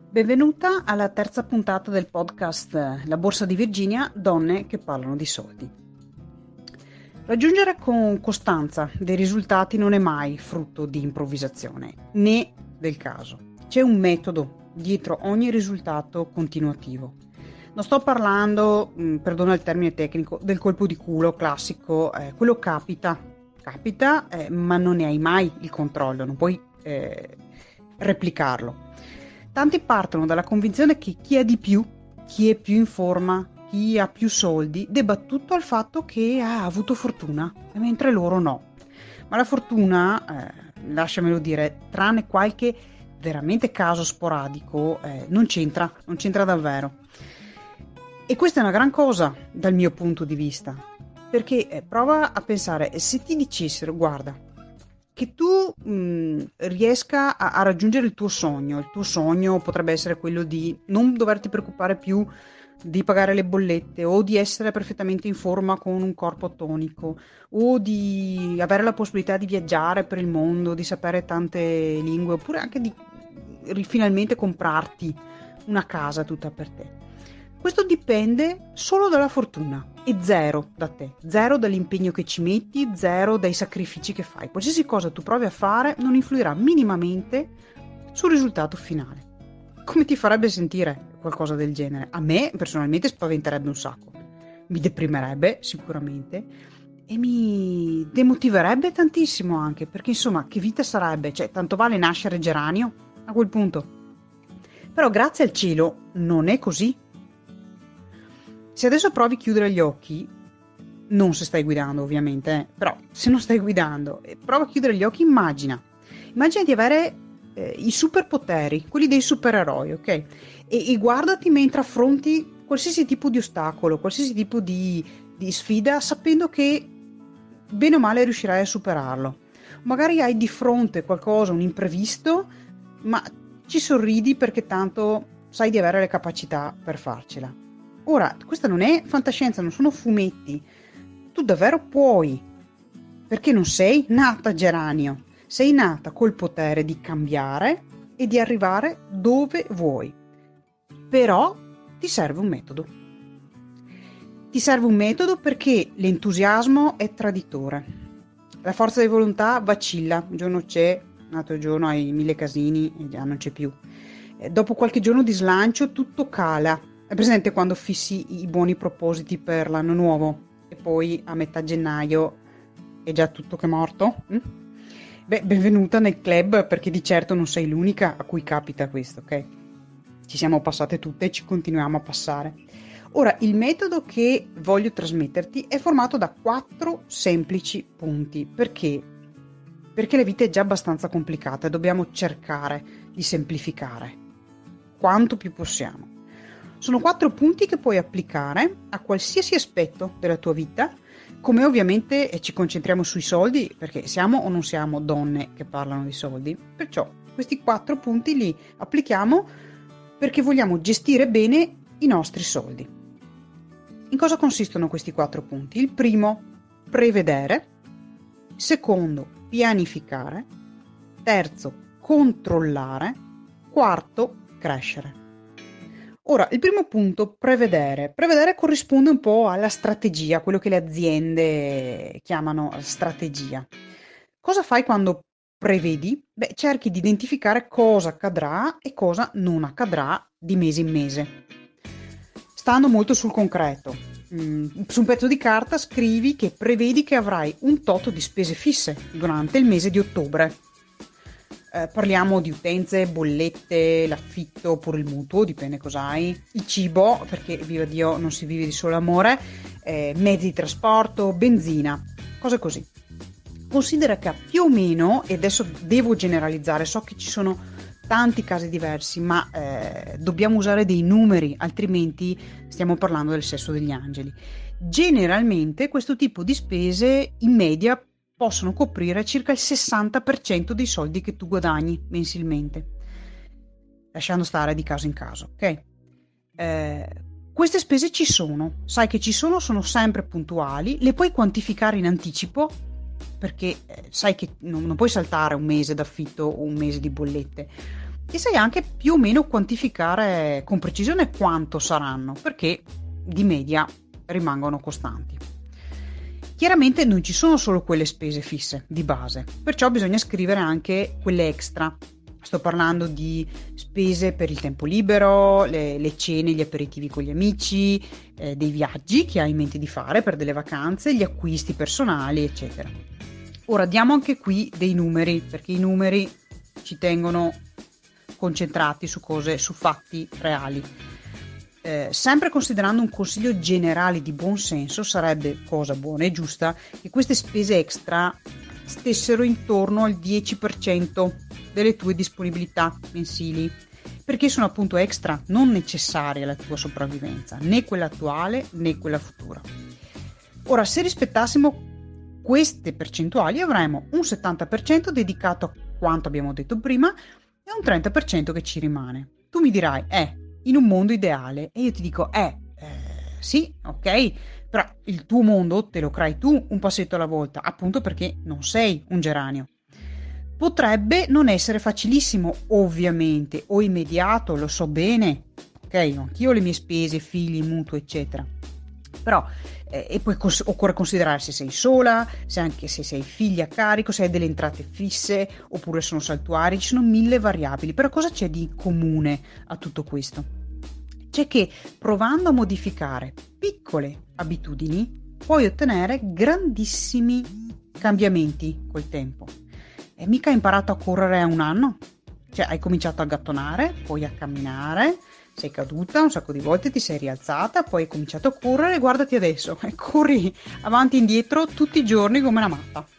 Benvenuta alla terza puntata del podcast La Borsa di Virginia, donne che parlano di soldi. Raggiungere con costanza dei risultati non è mai frutto di improvvisazione, né del caso. C'è un metodo dietro ogni risultato continuativo. Non sto parlando, perdona il termine tecnico, del colpo di culo classico, quello capita, ma non ne hai mai il controllo, non puoi replicarlo. Tanti partono dalla convinzione che chi ha di più, chi è più in forma, chi ha più soldi, debba tutto al fatto che ha avuto fortuna, mentre loro no. Ma la fortuna, lasciamelo dire, tranne qualche veramente caso sporadico, non c'entra davvero. E questa è una gran cosa dal mio punto di vista, perché prova a pensare, se ti dicessero, guarda, che tu riesca a raggiungere il tuo sogno potrebbe essere quello di non doverti preoccupare più di pagare le bollette o di essere perfettamente in forma con un corpo tonico o di avere la possibilità di viaggiare per il mondo, di sapere tante lingue oppure anche di finalmente comprarti una casa tutta per te. Questo dipende solo dalla fortuna e zero da te, zero dall'impegno che ci metti, zero dai sacrifici che fai. Qualsiasi cosa tu provi a fare non influirà minimamente sul risultato finale. Come ti farebbe sentire qualcosa del genere? A me personalmente spaventerebbe un sacco, mi deprimerebbe sicuramente e mi demotiverebbe tantissimo anche, perché insomma che vita sarebbe? Cioè, tanto vale nascere geranio a quel punto. Però grazie al cielo non è così. Se adesso provi a chiudere gli occhi, non se stai guidando ovviamente, però se non stai guidando, prova a chiudere gli occhi, immagina di avere i superpoteri, quelli dei supereroi, ok? E guardati mentre affronti qualsiasi tipo di ostacolo, qualsiasi tipo di sfida, sapendo che bene o male riuscirai a superarlo. Magari hai di fronte qualcosa, un imprevisto, ma ci sorridi perché tanto sai di avere le capacità per farcela. Ora, questa non è fantascienza, non sono fumetti. Tu davvero puoi, perché non sei nata geranio, sei nata col potere di cambiare e di arrivare dove vuoi. Però ti serve un metodo. Ti serve un metodo perché l'entusiasmo è traditore. La forza di volontà vacilla, un giorno c'è, un altro giorno hai 1000 casini e già non c'è più. Dopo qualche giorno di slancio tutto cala. È presente quando fissi i buoni propositi per l'anno nuovo e poi a metà gennaio è già tutto che è morto? Beh, benvenuta nel club, perché di certo non sei l'unica a cui capita questo, ok? Ci siamo passate tutte e ci continuiamo a passare. Ora, il metodo che voglio trasmetterti è formato da 4 semplici punti. Perché? Perché la vita è già abbastanza complicata e dobbiamo cercare di semplificare quanto più possiamo. Sono 4 punti che puoi applicare a qualsiasi aspetto della tua vita, come ovviamente ci concentriamo sui soldi, perché siamo o non siamo donne che parlano di soldi, perciò questi 4 punti li applichiamo perché vogliamo gestire bene i nostri soldi. In cosa consistono questi 4 punti? Il primo, prevedere; secondo, pianificare; terzo, controllare; quarto, crescere. Ora, il primo punto, prevedere. Prevedere corrisponde un po' alla strategia, quello che le aziende chiamano strategia. Cosa fai quando prevedi? Beh, cerchi di identificare cosa accadrà e cosa non accadrà di mese in mese. Stando molto sul concreto. Su un pezzo di carta scrivi che prevedi che avrai un tot di spese fisse durante il mese di ottobre. Parliamo di utenze, bollette, l'affitto oppure il mutuo, dipende cos'hai, il cibo, perché viva Dio non si vive di solo amore, mezzi di trasporto, benzina, cose così. Considera che più o meno, e adesso devo generalizzare, so che ci sono tanti casi diversi, ma dobbiamo usare dei numeri, altrimenti stiamo parlando del sesso degli angeli. Generalmente questo tipo di spese in media possono coprire circa il 60% dei soldi che tu guadagni mensilmente, lasciando stare di caso in caso, ok? Queste spese ci sono, sai che ci sono sempre puntuali, le puoi quantificare in anticipo, perché sai che non puoi saltare un mese d'affitto o un mese di bollette. e sai anche più o meno quantificare con precisione quanto saranno, perché di media rimangono costanti. Chiaramente non ci sono solo quelle spese fisse di base, perciò bisogna scrivere anche quelle extra. Sto parlando di spese per il tempo libero, le cene, gli aperitivi con gli amici, dei viaggi che hai in mente di fare per delle vacanze, gli acquisti personali, eccetera. Ora diamo anche qui dei numeri, perché i numeri ci tengono concentrati su cose, su fatti reali. Sempre considerando un consiglio generale di buon senso, sarebbe cosa buona e giusta che queste spese extra stessero intorno al 10% delle tue disponibilità mensili, perché sono appunto extra, non necessarie alla tua sopravvivenza, né quella attuale né quella futura. Ora, se rispettassimo queste percentuali, avremo un 70% dedicato a quanto abbiamo detto prima e un 30% che ci rimane. Tu mi dirai, in un mondo ideale, e io ti dico, sì, ok, però il tuo mondo te lo crei tu un passetto alla volta, appunto perché non sei un geranio. Potrebbe non essere facilissimo, ovviamente, o immediato, lo so bene, ok, anch'io ho le mie spese, figli, mutuo, eccetera. Però, e poi occorre considerare se sei sola, se anche se sei figli a carico, se hai delle entrate fisse, oppure sono saltuari, ci sono 1000 variabili. Però cosa c'è di comune a tutto questo? C'è che provando a modificare piccole abitudini puoi ottenere grandissimi cambiamenti col tempo. E mica hai imparato a correre a 1 anno? Cioè hai cominciato a gattonare, poi a camminare, sei caduta un sacco di volte, ti sei rialzata, poi hai cominciato a correre e guardati adesso, e corri avanti e indietro tutti i giorni come una matta.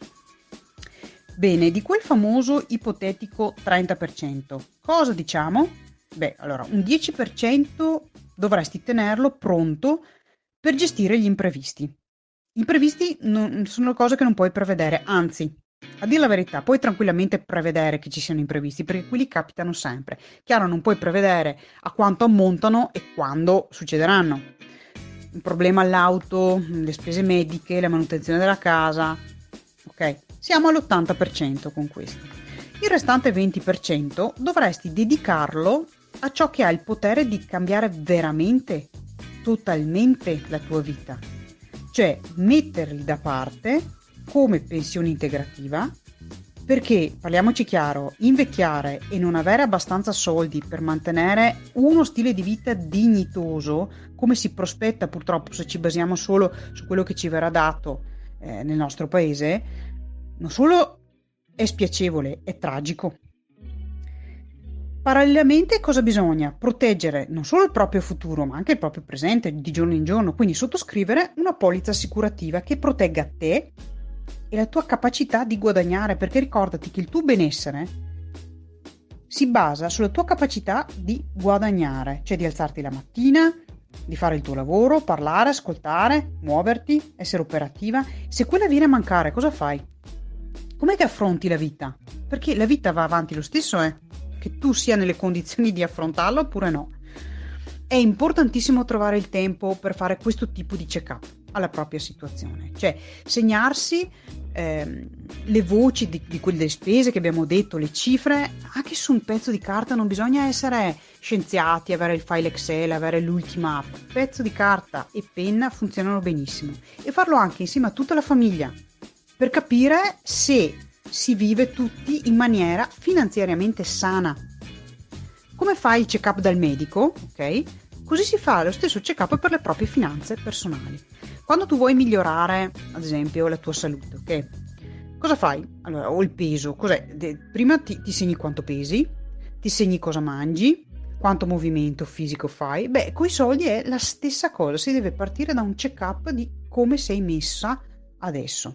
Bene, di quel famoso ipotetico 30%, cosa diciamo? Beh, allora, un 10% dovresti tenerlo pronto per gestire gli imprevisti. Gli imprevisti non sono cose che non puoi prevedere, anzi, a dire la verità, puoi tranquillamente prevedere che ci siano imprevisti, perché quelli capitano sempre. Chiaro, non puoi prevedere a quanto ammontano e quando succederanno. Un problema all'auto, le spese mediche, la manutenzione della casa. Ok, siamo all'80% con questo. Il restante 20% dovresti dedicarlo a ciò che ha il potere di cambiare veramente, totalmente la tua vita. Cioè metterli da parte come pensione integrativa, perché, parliamoci chiaro, invecchiare e non avere abbastanza soldi per mantenere uno stile di vita dignitoso, come si prospetta purtroppo se ci basiamo solo su quello che ci verrà dato nel nostro paese, non solo è spiacevole, è tragico. Parallelamente cosa bisogna? Proteggere non solo il proprio futuro, ma anche il proprio presente di giorno in giorno, quindi sottoscrivere una polizza assicurativa che protegga te e la tua capacità di guadagnare, perché ricordati che il tuo benessere si basa sulla tua capacità di guadagnare, cioè di alzarti la mattina, di fare il tuo lavoro, parlare, ascoltare, muoverti, essere operativa. Se quella viene a mancare, cosa fai? Com'è che affronti la vita? Perché la vita va avanti lo stesso, che tu sia nelle condizioni di affrontarla oppure no. È importantissimo trovare il tempo per fare questo tipo di check-up alla propria situazione, cioè segnarsi le voci di quelle spese che abbiamo detto, le cifre, anche su un pezzo di carta. Non bisogna essere scienziati, avere il file Excel, avere l'ultima app. Pezzo di carta e penna funzionano benissimo, e farlo anche insieme a tutta la famiglia per capire se si vive tutti in maniera finanziariamente sana. Come fai il check-up dal medico, ok? Così si fa lo stesso check-up per le proprie finanze personali. Quando tu vuoi migliorare, ad esempio, la tua salute, ok? Cosa fai? Allora, o il peso, cos'è? Prima ti segni quanto pesi, ti segni cosa mangi, quanto movimento fisico fai. Beh, coi soldi è la stessa cosa, si deve partire da un check-up di come sei messa adesso.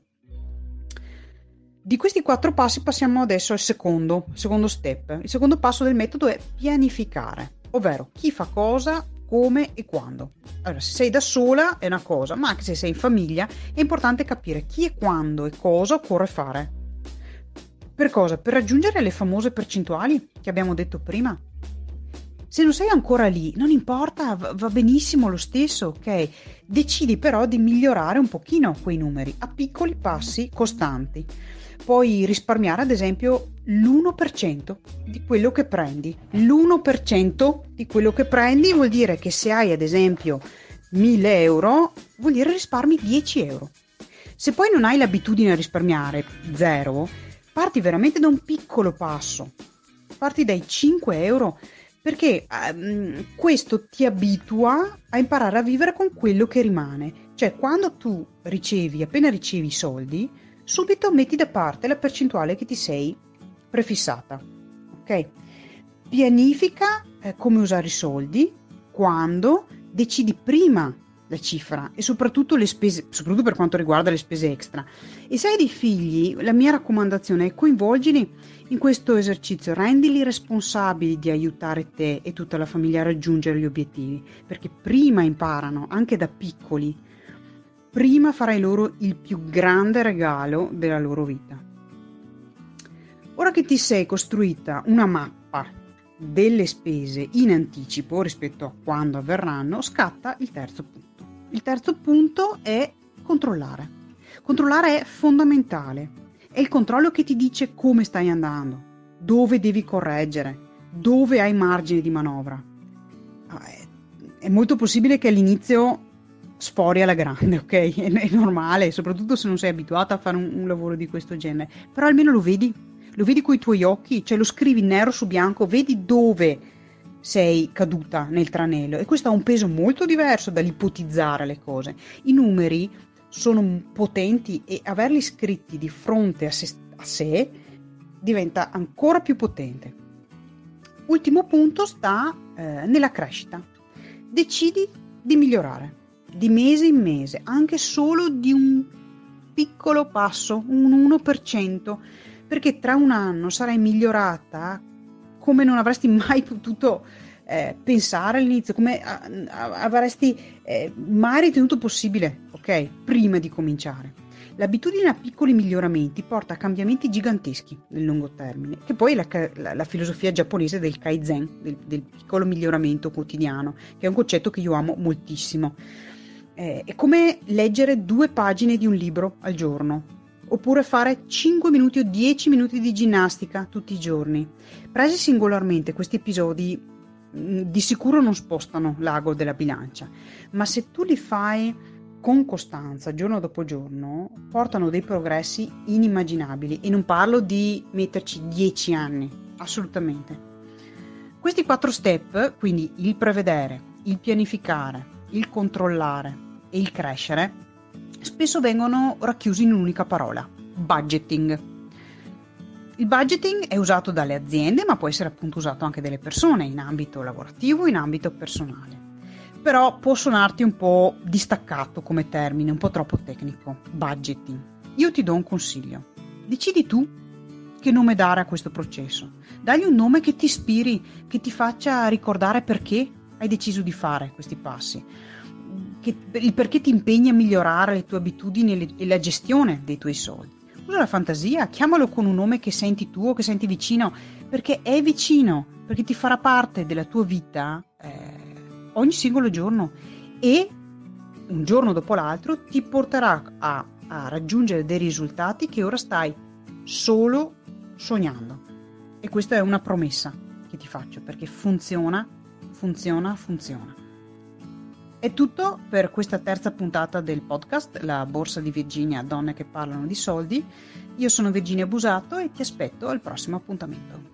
Di questi 4 passi passiamo adesso al secondo step. Il secondo passo del metodo è pianificare, ovvero chi fa cosa, come e quando. Allora, se sei da sola è una cosa, ma anche se sei in famiglia è importante capire chi e quando e cosa occorre fare. Per cosa? Per raggiungere le famose percentuali che abbiamo detto prima. Se non sei ancora lì, non importa, va benissimo lo stesso, ok? Decidi però di migliorare un pochino quei numeri a piccoli passi costanti. puoi risparmiare ad esempio l'1% di quello che prendi. L'1% di quello che prendi vuol dire che se hai ad esempio 1000 euro, vuol dire risparmi 10 euro. Se poi non hai l'abitudine a risparmiare, zero, parti veramente da un piccolo passo. Parti dai 5 euro perché questo ti abitua a imparare a vivere con quello che rimane. Cioè, quando tu appena ricevi i soldi, subito metti da parte la percentuale che ti sei prefissata. Ok? Pianifica come usare i soldi quando decidi prima la cifra e soprattutto le spese, soprattutto per quanto riguarda le spese extra. E se hai dei figli, la mia raccomandazione è coinvolgili in questo esercizio, rendili responsabili di aiutare te e tutta la famiglia a raggiungere gli obiettivi, perché prima imparano, anche da piccoli, prima farai loro il più grande regalo della loro vita. Ora che ti sei costruita una mappa delle spese in anticipo rispetto a quando avverranno, scatta il terzo punto. Il terzo punto è controllare. Controllare è fondamentale. È il controllo che ti dice come stai andando, dove devi correggere, dove hai margine di manovra. È molto possibile che all'inizio sfori alla grande, ok? È normale, soprattutto se non sei abituata a fare un lavoro di questo genere. Però almeno lo vedi coi tuoi occhi, cioè lo scrivi nero su bianco, vedi dove sei caduta nel tranello, e questo ha un peso molto diverso dall'ipotizzare le cose. I numeri sono potenti e averli scritti di fronte a sé diventa ancora più potente. Ultimo punto sta nella crescita. Decidi di migliorare di mese in mese, anche solo di un piccolo passo, un 1%, perché tra un anno sarai migliorata come non avresti mai potuto pensare all'inizio, come avresti mai ritenuto possibile, ok? Prima di cominciare. L'abitudine a piccoli miglioramenti porta a cambiamenti giganteschi nel lungo termine, che poi è la filosofia giapponese del Kaizen, del piccolo miglioramento quotidiano, che è un concetto che io amo moltissimo. È come leggere 2 pagine di un libro al giorno, oppure fare 5 minuti o 10 minuti di ginnastica tutti i giorni. Presi singolarmente, questi episodi di sicuro non spostano l'ago della bilancia, ma se tu li fai con costanza, giorno dopo giorno, portano dei progressi inimmaginabili, e non parlo di metterci 10 anni, assolutamente. Questi 4 step, quindi il prevedere, il pianificare, il controllare e il crescere, spesso vengono racchiusi in un'unica parola: budgeting. Il budgeting è usato dalle aziende, ma può essere appunto usato anche dalle persone in ambito lavorativo, in ambito personale. Però può suonarti un po' distaccato come termine, un po' troppo tecnico. Budgeting. Io ti do un consiglio. Decidi tu che nome dare a questo processo. Dagli un nome che ti ispiri, che ti faccia ricordare perché hai deciso di fare questi passi, il perché ti impegni a migliorare le tue abitudini e la gestione dei tuoi soldi. Usa la fantasia, chiamalo con un nome che senti tuo, che senti vicino, perché è vicino, perché ti farà parte della tua vita ogni singolo giorno, e un giorno dopo l'altro ti porterà a raggiungere dei risultati che ora stai solo sognando. E questa è una promessa che ti faccio, perché funziona. È tutto per questa terza puntata del podcast, la borsa di Virginia, donne che parlano di soldi. Io sono Virginia Busato e ti aspetto al prossimo appuntamento.